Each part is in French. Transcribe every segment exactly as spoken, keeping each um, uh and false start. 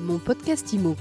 Mon podcast Imo.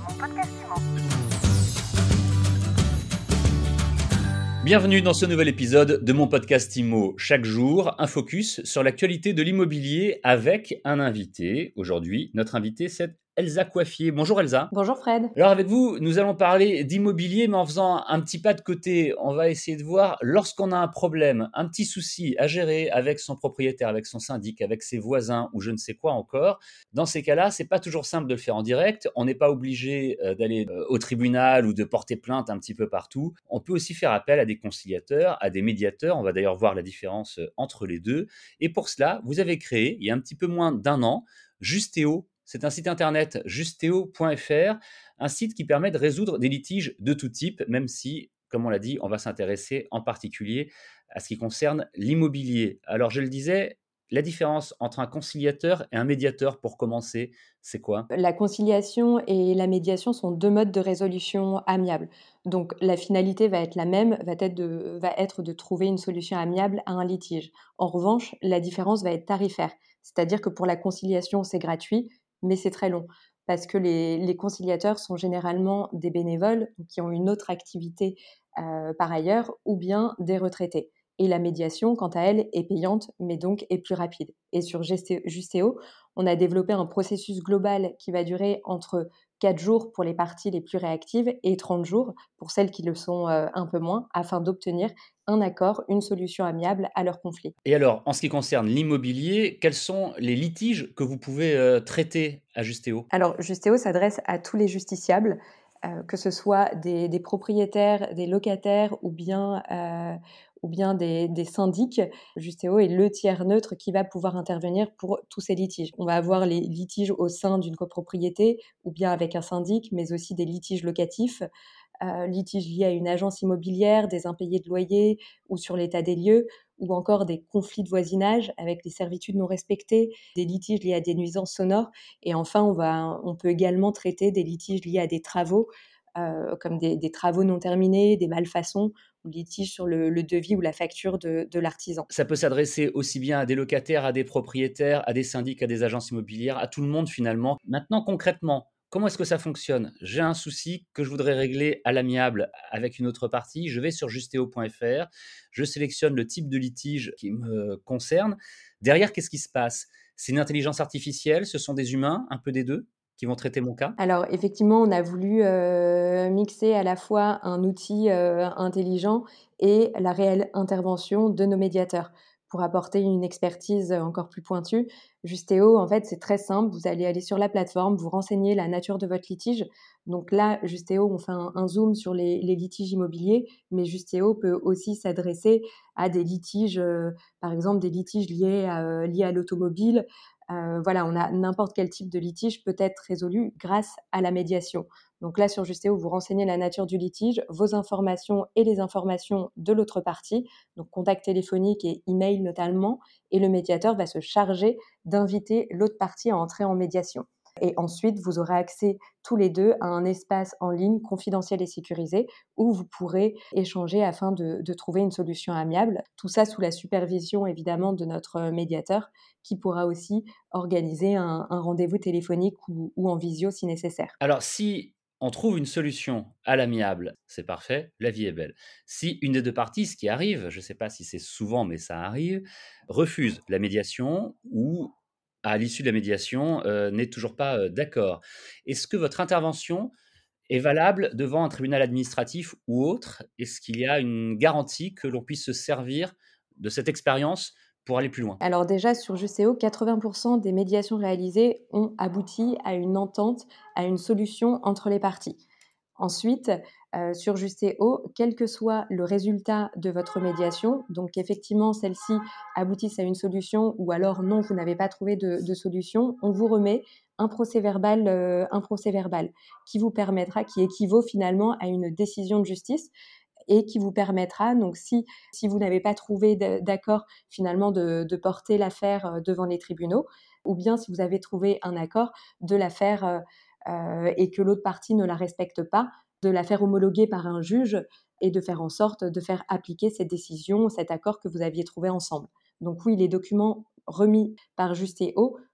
Bienvenue dans ce nouvel épisode de mon podcast Imo. Chaque jour, un focus sur l'actualité de l'immobilier avec un invité. Aujourd'hui, notre invité, c'est Elsa Coiffier. Bonjour Elsa. Bonjour Fred. Alors avec vous, nous allons parler d'immobilier, mais en faisant un petit pas de côté. On va essayer de voir, lorsqu'on a un problème, un petit souci à gérer avec son propriétaire, avec son syndic, avec ses voisins ou je ne sais quoi encore. Dans ces cas-là, c'est pas toujours simple de le faire en direct. On n'est pas obligé euh, d'aller euh, au tribunal ou de porter plainte un petit peu partout. On peut aussi faire appel à des conciliateurs, à des médiateurs. On va d'ailleurs voir la différence euh, entre les deux. Et pour cela, vous avez créé, il y a un petit peu moins d'un an, Justéo. C'est un site internet justéo point f r, un site qui permet de résoudre des litiges de tout type, même si, comme on l'a dit, on va s'intéresser en particulier à ce qui concerne l'immobilier. Alors, je le disais, la différence entre un conciliateur et un médiateur, pour commencer, c'est quoi ? La conciliation et la médiation sont deux modes de résolution amiable. Donc la finalité va être la même, va être de, va être de trouver une solution amiable à un litige. En revanche, la différence va être tarifaire. C'est-à-dire que pour la conciliation, c'est gratuit, mais c'est très long. Parce que les, les conciliateurs sont généralement des bénévoles qui ont une autre activité euh, par ailleurs, ou bien des retraités. Et la médiation, quant à elle, est payante, mais donc est plus rapide. Et sur Justéo, on a développé un processus global qui va durer entre quatre jours pour les parties les plus réactives et trente jours pour celles qui le sont euh, un peu moins, afin d'obtenir un accord, une solution amiable à leur conflit. Et alors, en ce qui concerne l'immobilier, quels sont les litiges que vous pouvez euh, traiter à Justéo ? Alors, Justéo s'adresse à tous les justiciables, euh, que ce soit des, des propriétaires, des locataires ou bien, euh, ou bien des, des syndics. Justéo est le tiers neutre qui va pouvoir intervenir pour tous ces litiges. On va avoir les litiges au sein d'une copropriété ou bien avec un syndic, mais aussi des litiges locatifs, euh, litiges liés à une agence immobilière, des impayés de loyer ou sur l'état des lieux, ou encore des conflits de voisinage avec des servitudes non respectées, des litiges liés à des nuisances sonores. Et enfin, on, va, on peut également traiter des litiges liés à des travaux, euh, comme des, des travaux non terminés, des malfaçons, ou litiges sur le, le devis ou la facture de, de l'artisan. Ça peut s'adresser aussi bien à des locataires, à des propriétaires, à des syndics, à des agences immobilières, à tout le monde finalement. Maintenant, concrètement, comment est-ce que ça fonctionne ? J'ai un souci que je voudrais régler à l'amiable avec une autre partie. Je vais sur justéo point f r, je sélectionne le type de litige qui me concerne. Derrière, qu'est-ce qui se passe ? C'est une intelligence artificielle, ce sont des humains, un peu des deux, qui vont traiter mon cas ? Alors effectivement, on a voulu euh, mixer à la fois un outil euh, intelligent et la réelle intervention de nos médiateurs pour apporter une expertise encore plus pointue. Justéo, en fait, c'est très simple. Vous allez aller sur la plateforme, vous renseignez la nature de votre litige. Donc là, Justéo, on fait un, un zoom sur les, les litiges immobiliers, mais Justéo peut aussi s'adresser à des litiges, euh, par exemple des litiges liés à, liés à l'automobile. Euh, voilà, on a n'importe quel type de litige peut être résolu grâce à la médiation. Donc là, sur Justéo, vous renseignez la nature du litige, vos informations et les informations de l'autre partie, donc contact téléphonique et email notamment, et le médiateur va se charger d'inviter l'autre partie à entrer en médiation. Et ensuite, vous aurez accès tous les deux à un espace en ligne confidentiel et sécurisé où vous pourrez échanger afin de, de trouver une solution amiable. Tout ça sous la supervision évidemment de notre médiateur qui pourra aussi organiser un, un rendez-vous téléphonique ou, ou en visio si nécessaire. Alors, si on trouve une solution à l'amiable, c'est parfait, la vie est belle. Si une des deux parties, ce qui arrive, je ne sais pas si c'est souvent, mais ça arrive, refuse la médiation ou, à l'issue de la médiation, euh, n'est toujours pas euh, d'accord, est-ce que votre intervention est valable devant un tribunal administratif ou autre ? Est-ce qu'il y a une garantie que l'on puisse se servir de cette expérience pour aller plus loin ? Alors déjà, sur Justéo, quatre-vingts pour cent des médiations réalisées ont abouti à une entente, à une solution entre les parties. Ensuite, euh, sur Justéo, quel que soit le résultat de votre médiation, donc effectivement celle-ci aboutisse à une solution ou alors non, vous n'avez pas trouvé de, de solution, on vous remet un procès-verbal, euh, un procès-verbal qui vous permettra, qui équivaut finalement à une décision de justice et qui vous permettra, donc si, si vous n'avez pas trouvé d'accord finalement de, de porter l'affaire devant les tribunaux, ou bien si vous avez trouvé un accord de la faire euh, euh, et que l'autre partie ne la respecte pas, de la faire homologuer par un juge et de faire en sorte de faire appliquer cette décision, cet accord que vous aviez trouvé ensemble. Donc oui, les documents remis par Justéo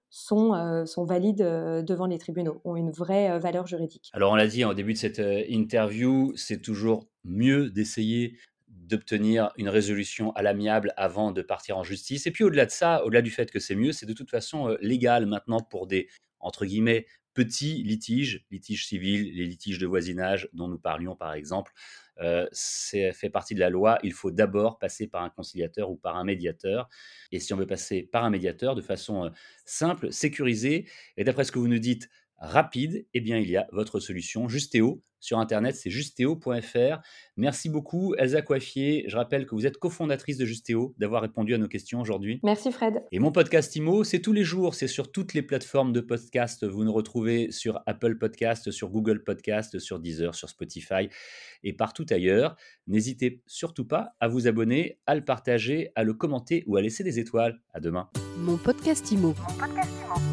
sont, heu, sont valides, heu, devant les tribunaux, ont une vraie, heu, valeur juridique. Alors on l'a dit en début de cette, heu, interview, c'est toujours mieux d'essayer d'obtenir une résolution à l'amiable avant de partir en justice et puis au-delà de ça, au-delà du fait que c'est mieux, c'est de toute façon, heu, légal maintenant pour des, entre guillemets, «petits litiges», litiges civils, les litiges de voisinage dont nous parlions par exemple, heu, c'est fait partie de la loi. Il faut d'abord passer par un conciliateur ou par un médiateur et si on veut passer par un médiateur de façon, heu, simple, sécurisée et d'après ce que vous nous dites, rapide, eh bien, il y a votre solution, Justéo. Sur internet, c'est justéo point f r. Merci beaucoup Elsa Coiffier. Je rappelle que vous êtes cofondatrice de Justéo, d'avoir répondu à nos questions aujourd'hui. Merci Fred. Et mon podcast Imo, c'est tous les jours, c'est sur toutes les plateformes de podcast. Vous nous retrouvez sur Apple Podcast, sur Google Podcast, sur Deezer, sur Spotify et partout ailleurs. N'hésitez surtout pas à vous abonner, à le partager, à le commenter ou à laisser des étoiles. À demain. Mon podcast Imo.